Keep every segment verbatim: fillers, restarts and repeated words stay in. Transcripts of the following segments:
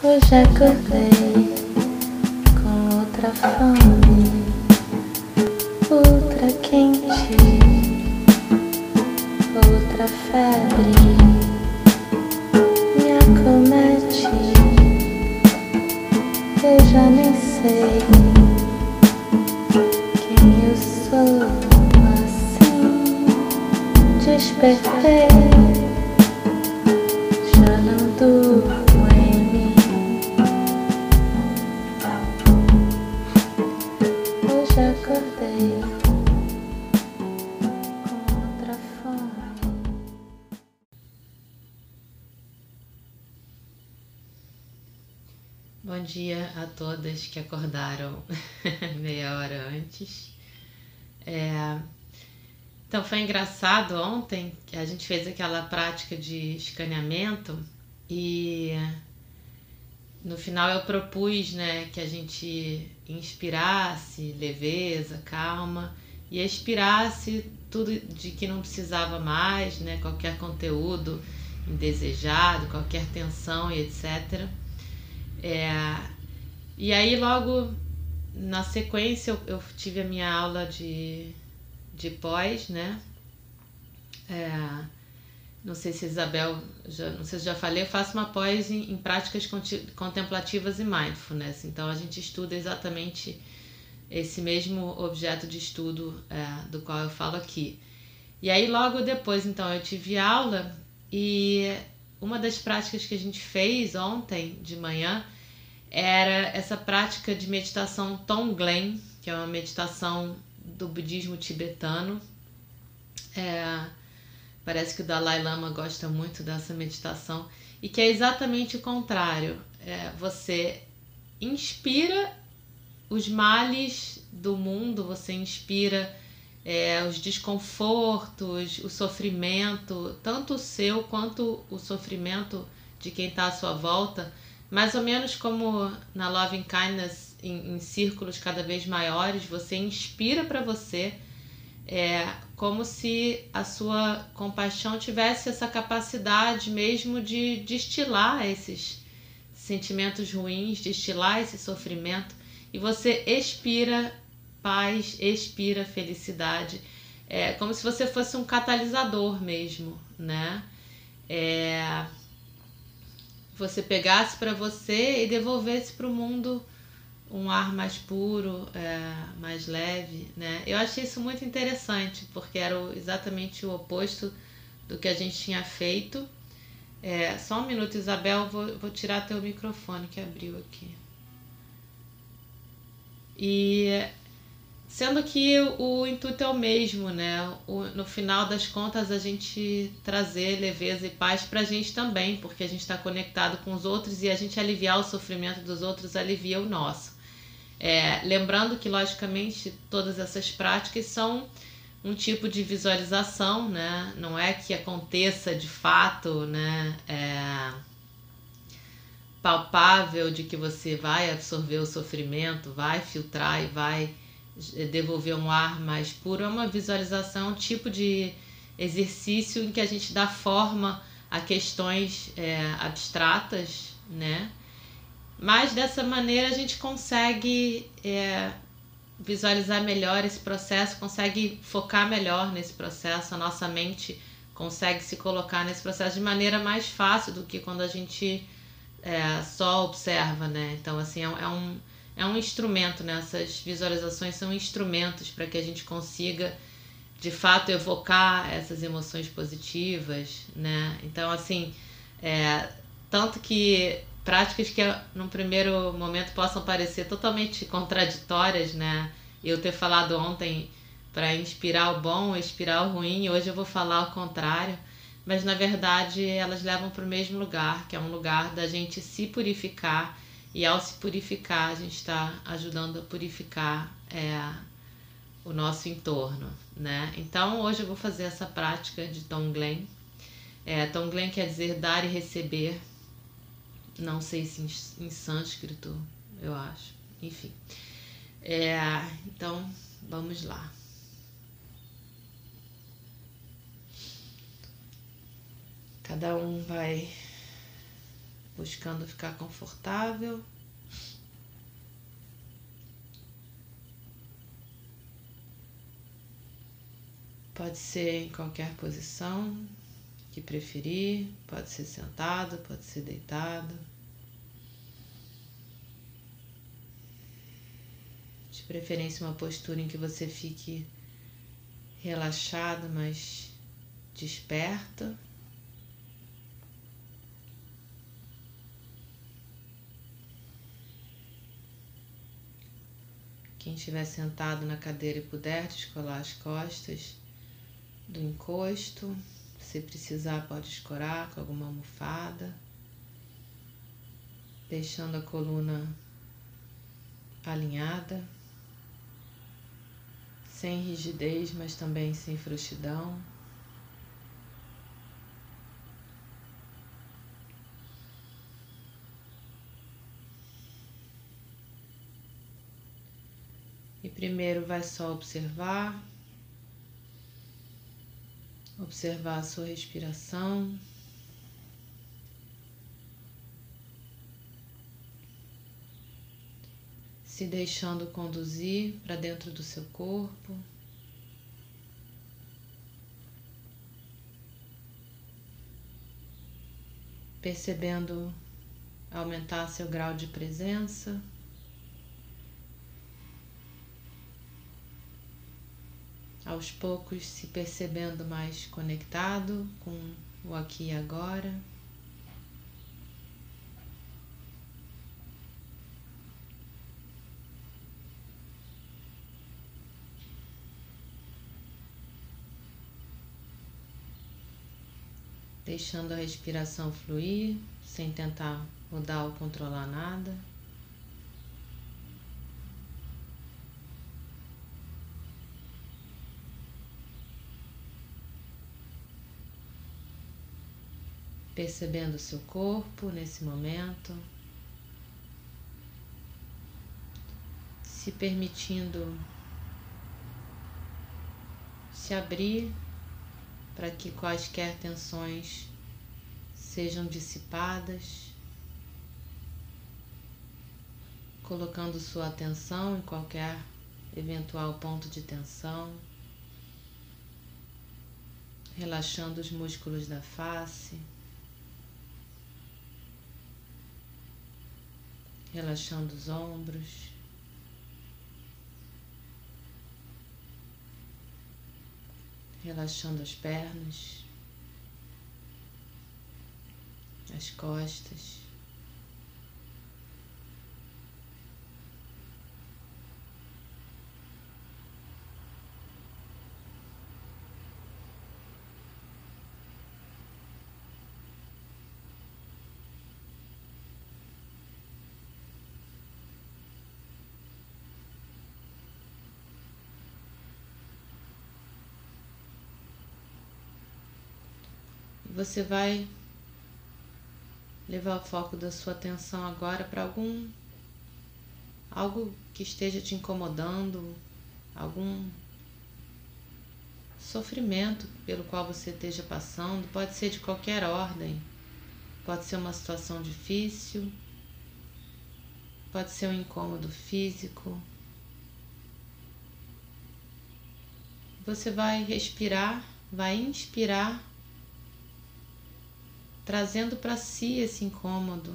Hoje acordei com outra fome, outra quente, outra febre me acomete. Eu já nem sei quem eu sou assim. Despertei, já não durmo em mim. Hoje acordei com outra fome. Bom dia a todas que acordaram meia hora antes. É... Então foi engraçado ontem que a gente fez aquela prática de escaneamento e no final eu propus, né, que a gente inspirasse leveza, calma e expirasse tudo de que não precisava mais, né, qualquer conteúdo indesejado, qualquer tensão e etcétera. É, e aí logo na sequência eu, eu tive a minha aula de, de pós, né? É, não sei se Isabel, já, não sei se já falei, eu faço uma pós em, em práticas contemplativas e mindfulness. Então a gente estuda exatamente esse mesmo objeto de estudo é, do qual eu falo aqui. E aí logo depois então eu tive aula e uma das práticas que a gente fez ontem de manhã era essa prática de meditação Tonglen, que é uma meditação do budismo tibetano. É, parece que o Dalai Lama gosta muito dessa meditação e que é exatamente o contrário. É, você inspira os males do mundo, você inspira é, os desconfortos, o sofrimento, tanto o seu quanto o sofrimento de quem está à sua volta, mais ou menos como na Loving Kindness, em, em círculos cada vez maiores, você inspira para você, é, como se a sua compaixão tivesse essa capacidade mesmo de destilar esses sentimentos ruins, destilar esse sofrimento, e você expira paz, expira felicidade, é como se você fosse um catalisador mesmo, né? É, você pegasse para você e devolvesse para o mundo um ar mais puro, é, mais leve, né? Eu achei isso muito interessante, porque era exatamente o oposto do que a gente tinha feito. É, só um minuto, Isabel, vou, vou tirar teu microfone que abriu aqui. E sendo que o, o intuito é o mesmo, né? O, no final das contas, a gente trazer leveza e paz pra gente também, porque a gente está conectado com os outros e a gente aliviar o sofrimento dos outros alivia o nosso. É, lembrando que, logicamente, todas essas práticas são um tipo de visualização, né? Não é que aconteça de fato, né? É palpável de que você vai absorver o sofrimento, vai filtrar e vai devolver um ar mais puro. É uma visualização, um tipo de exercício em que a gente dá forma a questões é, abstratas, né? Mas dessa maneira a gente consegue é, visualizar melhor esse processo, consegue focar melhor nesse processo, a nossa mente consegue se colocar nesse processo de maneira mais fácil do que quando a gente é, só observa, né? Então, assim, é, é, um, é um instrumento, né? Essas visualizações são instrumentos para que a gente consiga, de fato, evocar essas emoções positivas, né? Então, assim, é, tanto que práticas que num primeiro momento possam parecer totalmente contraditórias, né? Eu ter falado ontem para inspirar o bom, expirar o ruim, hoje eu vou falar o contrário, mas na verdade elas levam para o mesmo lugar, que é um lugar da gente se purificar, e ao se purificar a gente está ajudando a purificar é, o nosso entorno, né? Então hoje eu vou fazer essa prática de Tonglen. É, Tonglen quer dizer dar e receber, não sei se em, em sânscrito, eu acho, enfim. É, então vamos lá. Cada um vai buscando ficar confortável. Pode ser em qualquer posição que preferir, pode ser sentado, pode ser deitado. De preferência uma postura em que você fique relaxado, mas desperta. Quem estiver sentado na cadeira e puder descolar as costas do encosto, se precisar pode escorar com alguma almofada, deixando a coluna alinhada, sem rigidez, mas também sem frouxidão. E primeiro vai só observar, observar a sua respiração. Se deixando conduzir para dentro do seu corpo. Percebendo aumentar seu grau de presença. Aos poucos se percebendo mais conectado com o aqui e agora. Deixando a respiração fluir, sem tentar mudar ou controlar nada. Percebendo o seu corpo nesse momento, se permitindo se abrir para que quaisquer tensões sejam dissipadas, colocando sua atenção em qualquer eventual ponto de tensão, relaxando os músculos da face, relaxando os ombros, relaxando as pernas, as costas, você vai levar o foco da sua atenção agora para algum algo que esteja te incomodando, algum sofrimento pelo qual você esteja passando. Pode ser de qualquer ordem, pode ser uma situação difícil, pode ser um incômodo físico. Você vai respirar, vai inspirar, trazendo para si esse incômodo.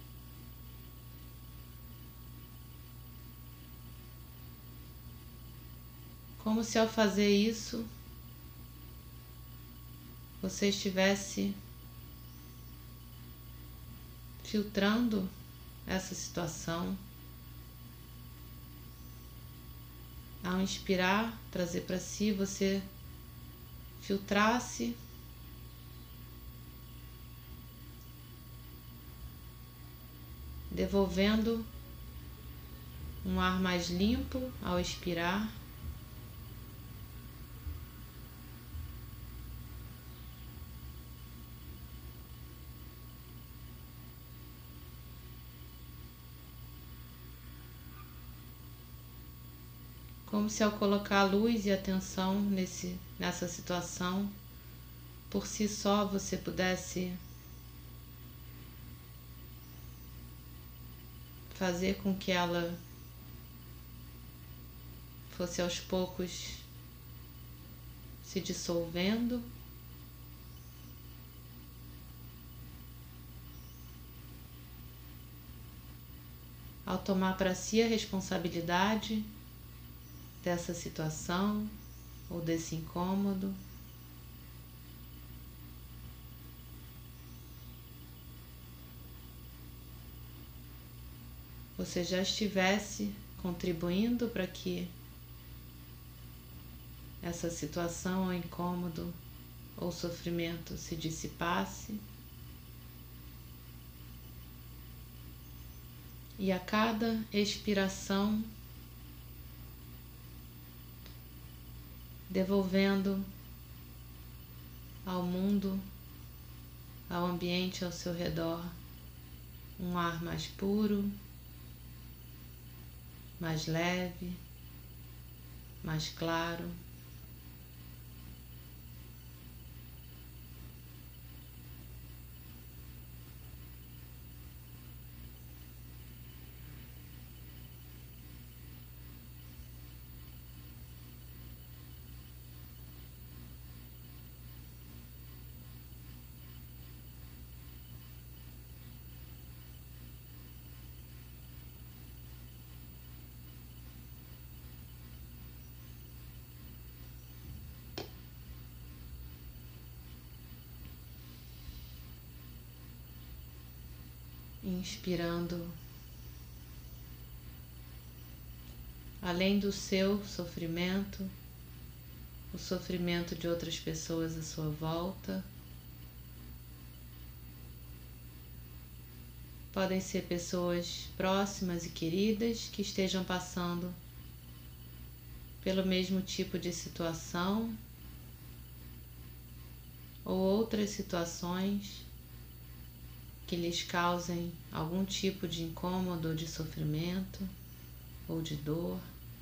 Como se ao fazer isso, você estivesse filtrando essa situação. Ao inspirar, trazer para si, você filtrasse devolvendo um ar mais limpo ao expirar. Como se ao colocar a luz e atenção nesse, nessa situação, por si só você pudesse fazer com que ela fosse aos poucos se dissolvendo. Ao tomar para si a responsabilidade dessa situação ou desse incômodo, você já estivesse contribuindo para que essa situação ou incômodo ou sofrimento se dissipasse. E a cada expiração, devolvendo ao mundo, ao ambiente ao seu redor, um ar mais puro, mais leve, mais claro. Inspirando, além do seu sofrimento, o sofrimento de outras pessoas à sua volta. Podem ser pessoas próximas e queridas que estejam passando pelo mesmo tipo de situação ou outras situações que lhes causem algum tipo de incômodo ou de sofrimento ou de dor.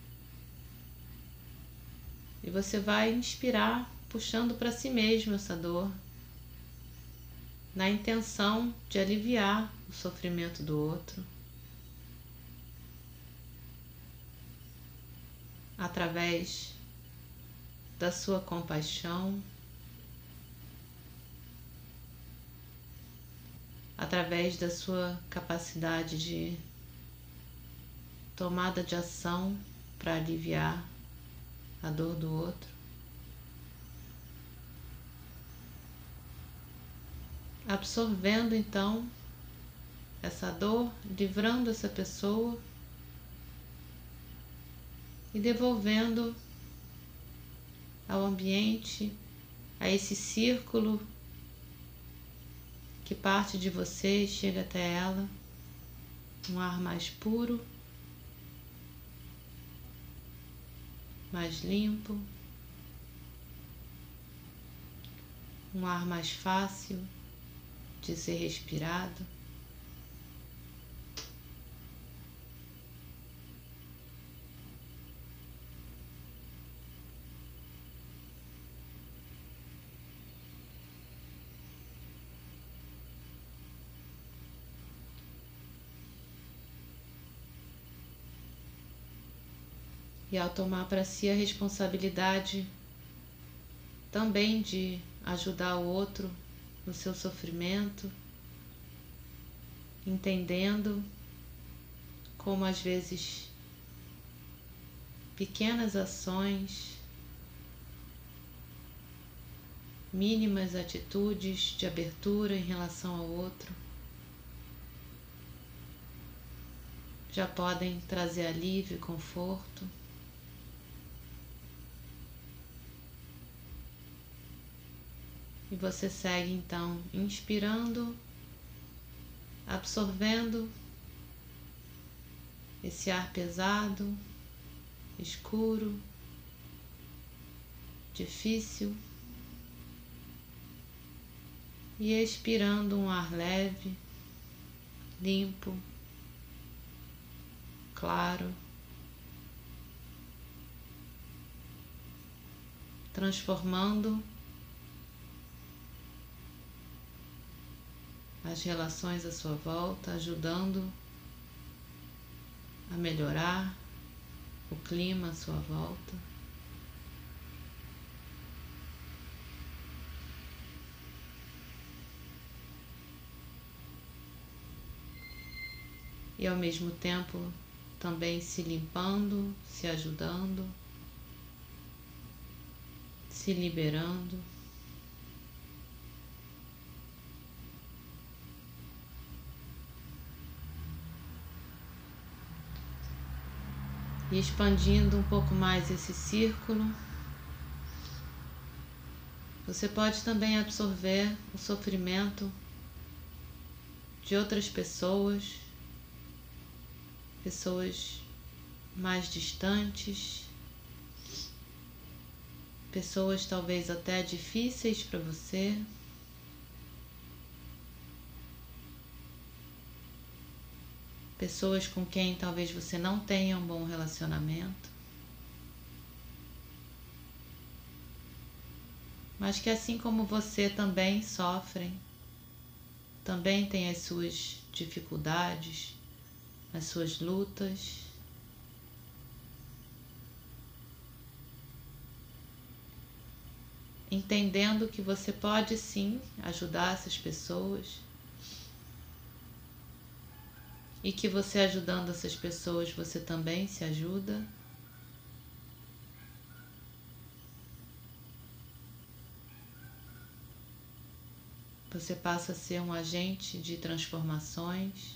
E você vai inspirar puxando para si mesmo essa dor, na intenção de aliviar o sofrimento do outro, através da sua compaixão, através da sua capacidade de tomada de ação para aliviar a dor do outro. Absorvendo então essa dor, livrando essa pessoa e devolvendo ao ambiente, a esse círculo que parte de você e chega até ela, um ar mais puro, mais limpo, um ar mais fácil de ser respirado. E ao tomar para si a responsabilidade também de ajudar o outro no seu sofrimento, entendendo como às vezes pequenas ações, mínimas atitudes de abertura em relação ao outro já podem trazer alívio e conforto. E você segue então inspirando, absorvendo esse ar pesado, escuro, difícil, e expirando um ar leve, limpo, claro, transformando as relações à sua volta, ajudando a melhorar o clima à sua volta. E ao mesmo tempo também se limpando, se ajudando, se liberando. E expandindo um pouco mais esse círculo, você pode também absorver o sofrimento de outras pessoas, pessoas mais distantes, pessoas talvez até difíceis para você. Pessoas com quem talvez você não tenha um bom relacionamento, mas que assim como você também sofrem, também têm as suas dificuldades, as suas lutas. Entendendo que você pode sim ajudar essas pessoas e que você ajudando essas pessoas, você também se ajuda. Você passa a ser um agente de transformações,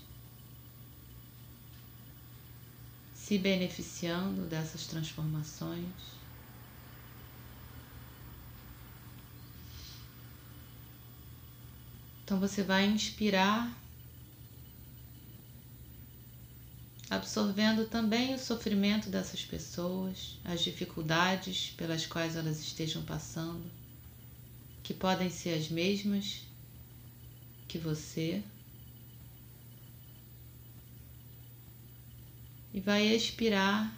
se beneficiando dessas transformações. Então você vai inspirar, absorvendo também o sofrimento dessas pessoas, as dificuldades pelas quais elas estejam passando, que podem ser as mesmas que você. E vai expirar,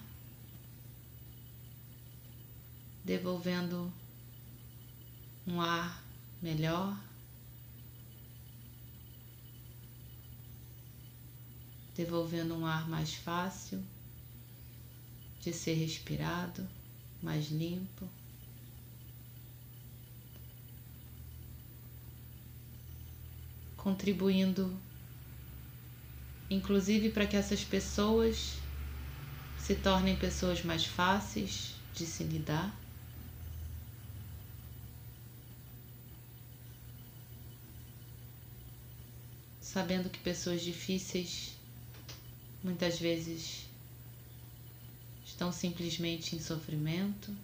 devolvendo um ar melhor, devolvendo um ar mais fácil de ser respirado, mais limpo. Contribuindo, inclusive, para que essas pessoas se tornem pessoas mais fáceis de se lidar. Sabendo que pessoas difíceis muitas vezes estão simplesmente em sofrimento.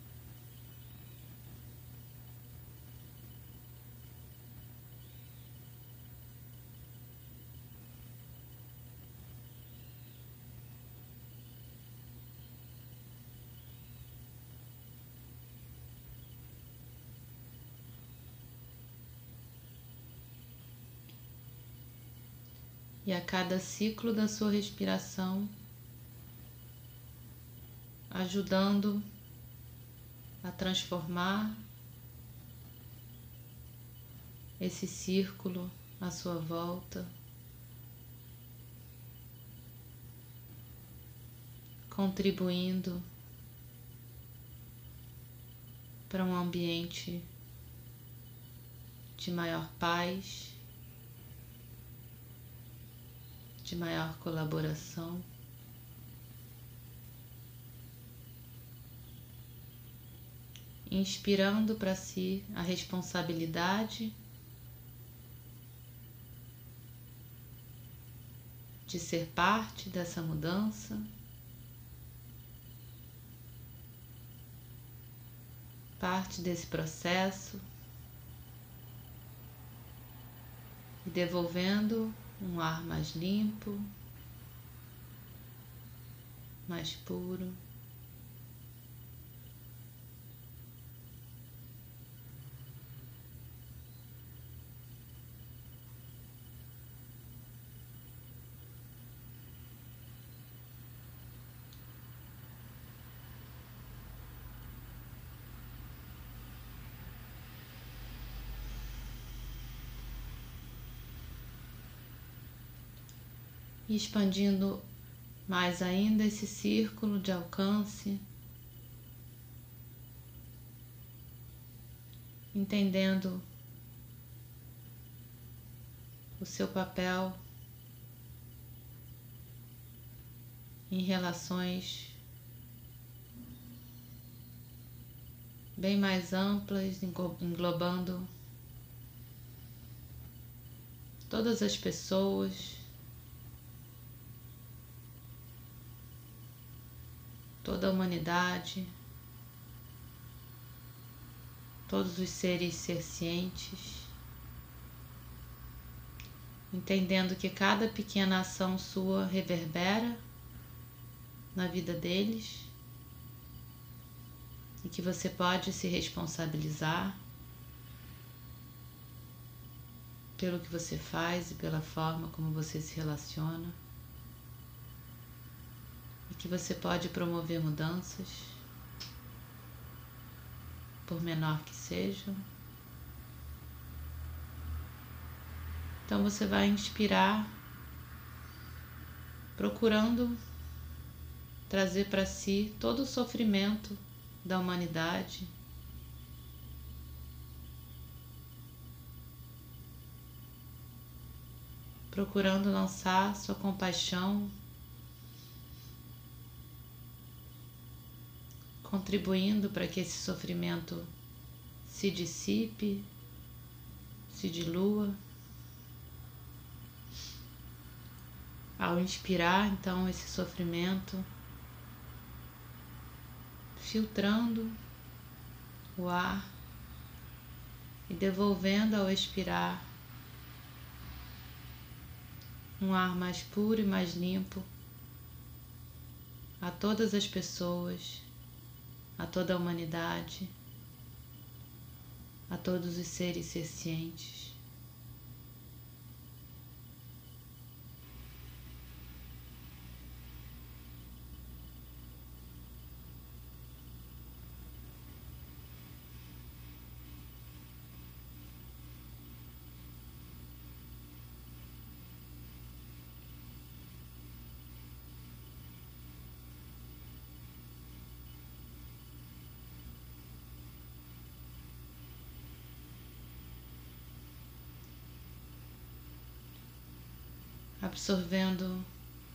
E a cada ciclo da sua respiração, ajudando a transformar esse círculo à sua volta, contribuindo para um ambiente de maior paz, de maior colaboração. Inspirando para si a responsabilidade de ser parte dessa mudança, parte desse processo, e devolvendo um ar mais limpo, mais puro. E expandindo mais ainda esse círculo de alcance, entendendo o seu papel em relações bem mais amplas, englobando todas as pessoas, toda a humanidade, todos os seres sencientes, entendendo que cada pequena ação sua reverbera na vida deles e que você pode se responsabilizar pelo que você faz e pela forma como você se relaciona, e que você pode promover mudanças, por menor que sejam. Então você vai inspirar, procurando trazer para si todo o sofrimento da humanidade, procurando lançar sua compaixão, contribuindo para que esse sofrimento se dissipe, se dilua. Ao inspirar, então, esse sofrimento, filtrando o ar e devolvendo ao expirar um ar mais puro e mais limpo a todas as pessoas, a toda a humanidade, a todos os seres sencientes. Absorvendo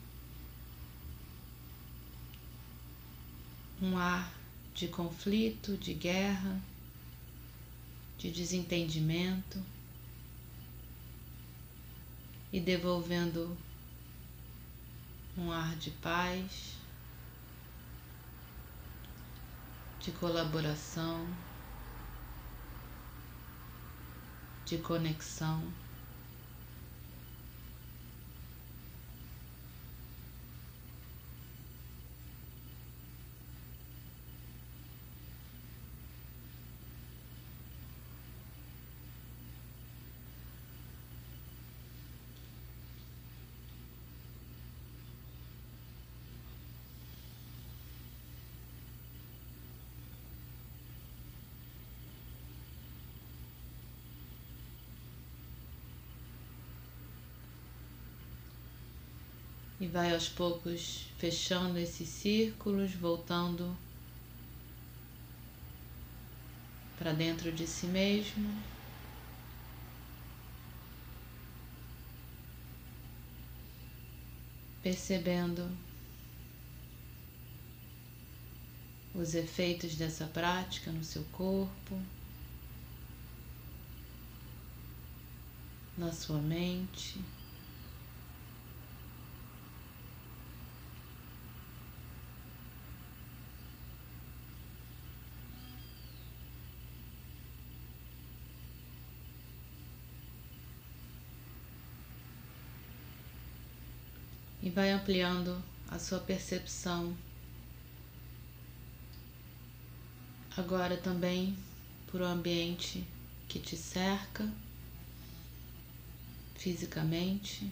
um ar de conflito, de guerra, de desentendimento e devolvendo um ar de paz, de colaboração, de conexão. E vai aos poucos fechando esses círculos, voltando para dentro de si mesmo. Percebendo os efeitos dessa prática no seu corpo, na sua mente. E vai ampliando a sua percepção agora também por um ambiente que te cerca fisicamente,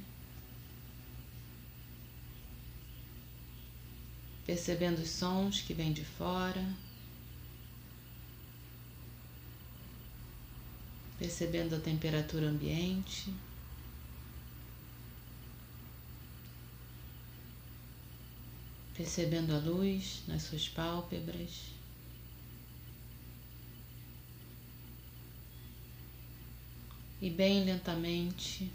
percebendo os sons que vêm de fora, percebendo a temperatura ambiente. percebendo a luz nas suas pálpebras. E bem lentamente,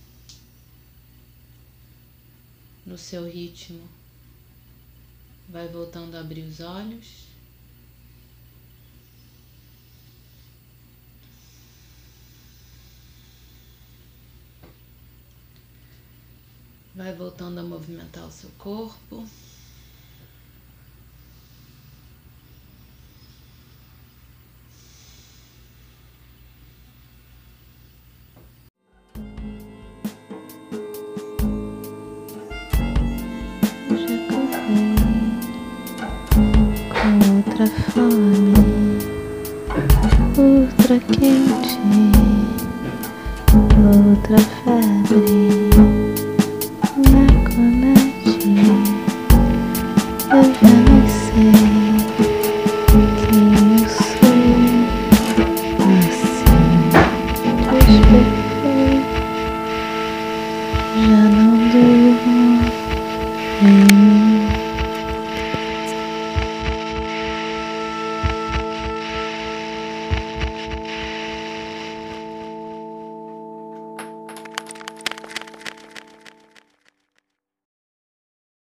no seu ritmo, vai voltando a abrir os olhos. Vai voltando a movimentar o seu corpo. Outra fome, outra quente, outra febre me acomete. Eu já nem sei quem eu sou. Assim, despertei, já não durmo em